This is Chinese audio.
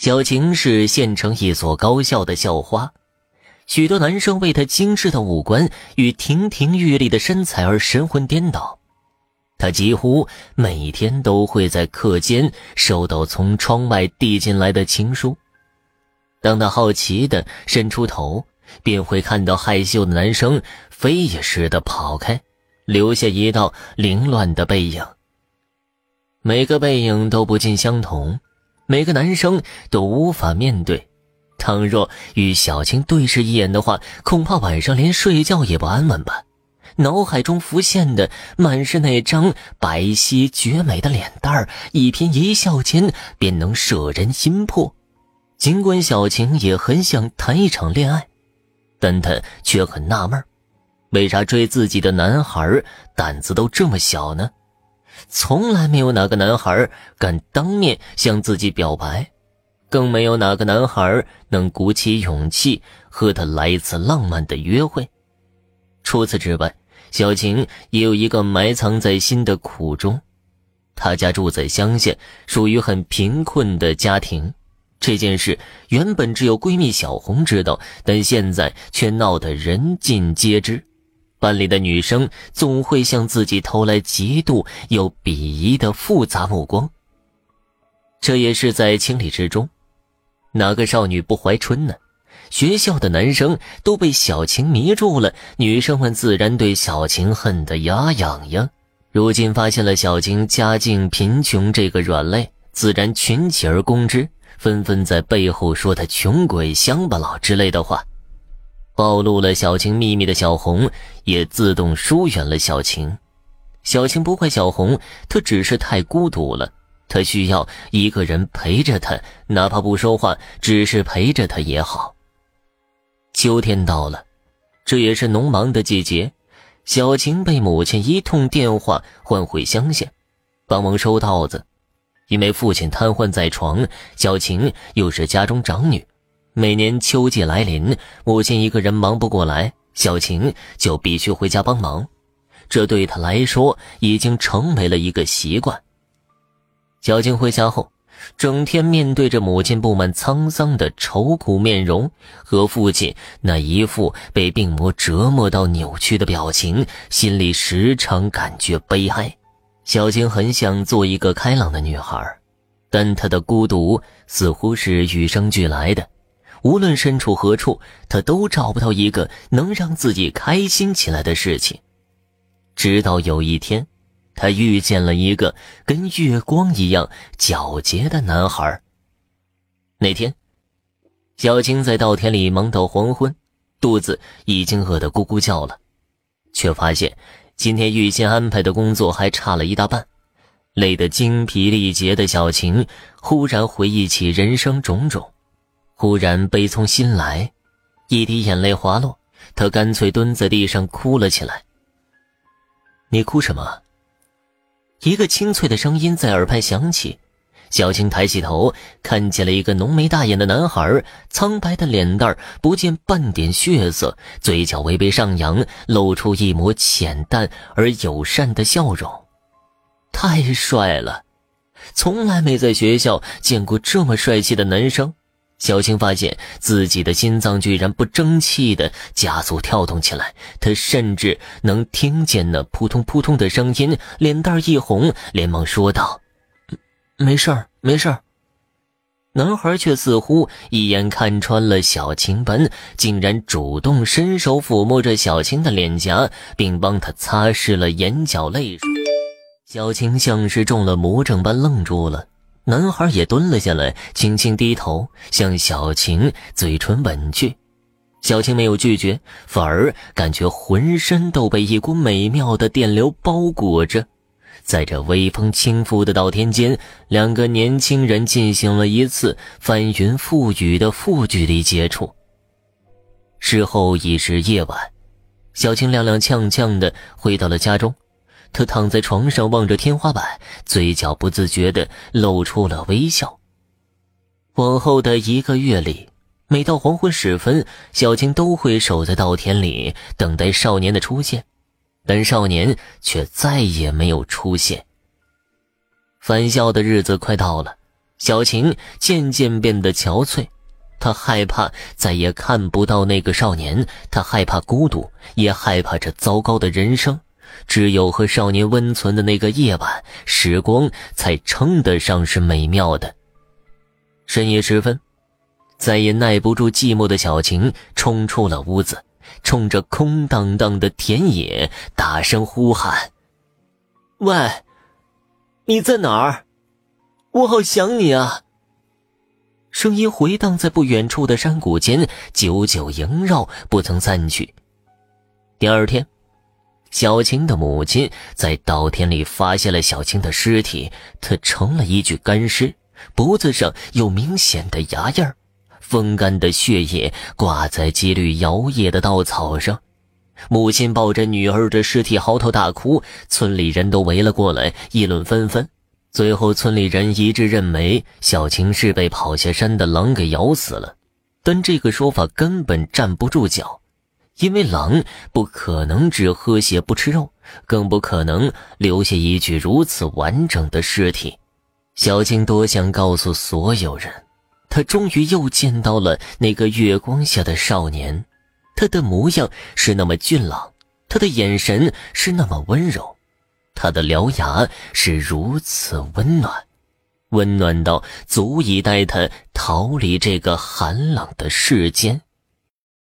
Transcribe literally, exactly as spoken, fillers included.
小晴是县城一所高校的校花，许多男生为她精致的五官与亭亭玉立的身材而神魂颠倒。她几乎每天都会在课间收到从窗外递进来的情书。当她好奇地伸出头，便会看到害羞的男生飞也似的跑开，留下一道凌乱的背影。每个背影都不尽相同，每个男生都无法面对。倘若与小晴对视一眼的话，恐怕晚上连睡觉也不安稳吧。脑海中浮现的满是那张白皙绝美的脸蛋儿，一颦一笑间便能摄人心魄。尽管小晴也很想谈一场恋爱，但她却很纳闷，为啥追自己的男孩胆子都这么小呢？从来没有哪个男孩敢当面向自己表白，更没有哪个男孩能鼓起勇气和他来一次浪漫的约会。除此之外，小晴也有一个埋藏在心的苦衷。她家住在乡下，属于很贫困的家庭。这件事原本只有闺蜜小红知道，但现在却闹得人尽皆知。班里的女生总会向自己投来嫉妒又鄙夷的复杂目光，这也是在情理之中。哪个少女不怀春呢？学校的男生都被小晴迷住了，女生们自然对小晴恨得牙痒痒。如今发现了小晴家境贫穷这个软肋，自然群起而攻之，纷纷在背后说她穷鬼乡巴佬之类的话。暴露了小晴秘密的小红也自动疏远了小晴。小晴不怪小红，她只是太孤独了，她需要一个人陪着她，哪怕不说话，只是陪着她也好。秋天到了，这也是农忙的季节，小晴被母亲一通电话唤回乡下，帮忙收稻子。因为父亲瘫痪在床，小晴又是家中长女，每年秋季来临，母亲一个人忙不过来，小晴就必须回家帮忙，这对她来说已经成为了一个习惯。小晴回家后，整天面对着母亲布满沧桑的愁苦面容和父亲那一副被病魔折磨到扭曲的表情，心里时常感觉悲哀。小晴很想做一个开朗的女孩，但她的孤独似乎是与生俱来的，无论身处何处，她都找不到一个能让自己开心起来的事情。直到有一天，她遇见了一个跟月光一样皎洁的男孩。那天，小晴在稻田里忙到黄昏，肚子已经饿得咕咕叫了，却发现今天预先安排的工作还差了一大半。累得精疲力竭的小晴忽然回忆起人生种种，忽然悲从心来，一滴眼泪滑落，她干脆蹲在地上哭了起来。你哭什么？一个清脆的声音在耳畔响起，小晴抬起头，看见了一个浓眉大眼的男孩，苍白的脸蛋不见半点血色，嘴角微微上扬，露出一抹浅淡而友善的笑容。太帅了，从来没在学校见过这么帅气的男生。小晴发现自己的心脏居然不争气地加速跳动起来，她甚至能听见那扑通扑通的声音，脸蛋一红，连忙说道：没事儿没事儿。男孩却似乎一眼看穿了小晴般，竟然主动伸手抚摸着小晴的脸颊，并帮她擦拭了眼角泪水。小晴像是中了魔怔般愣住了，男孩也蹲了下来，轻轻低头向小晴嘴唇吻去。小晴没有拒绝，反而感觉浑身都被一股美妙的电流包裹着。在这微风轻拂的稻田间，两个年轻人进行了一次翻云覆雨的负距离接触。事后已是夜晚，小晴踉踉跄跄地回到了家中，她躺在床上望着天花板，嘴角不自觉地露出了微笑。往后的一个月里，每到黄昏时分，小晴都会守在稻田里等待少年的出现，但少年却再也没有出现。返校的日子快到了， 小晴渐渐变得憔悴，她害怕再也看不到那个少年，她害怕孤独，也害怕这糟糕的人生。只有和少年温存的那个夜晚，时光才称得上是美妙的。深夜时分，再也耐不住寂寞的小晴冲出了屋子，冲着空荡荡的田野大声呼喊：喂，你在哪儿？我好想你啊！声音回荡在不远处的山谷间，久久萦绕，不曾散去。第二天，小晴的母亲在稻田里发现了小晴的尸体，她成了一具干尸，脖子上有明显的牙印儿，风干的血液挂在几缕摇曳的稻草上。母亲抱着女儿的尸体嚎啕大哭，村里人都围了过来，议论纷纷。最后村里人一致认为小晴是被跑下山的狼给咬死了，但这个说法根本站不住脚，因为狼不可能只喝血不吃肉，更不可能留下一具如此完整的尸体。小晴多想告诉所有人，她终于又见到了那个月光下的少年，他的模样是那么俊朗，他的眼神是那么温柔，他的獠牙是如此温暖，温暖到足以带他逃离这个寒冷的世间。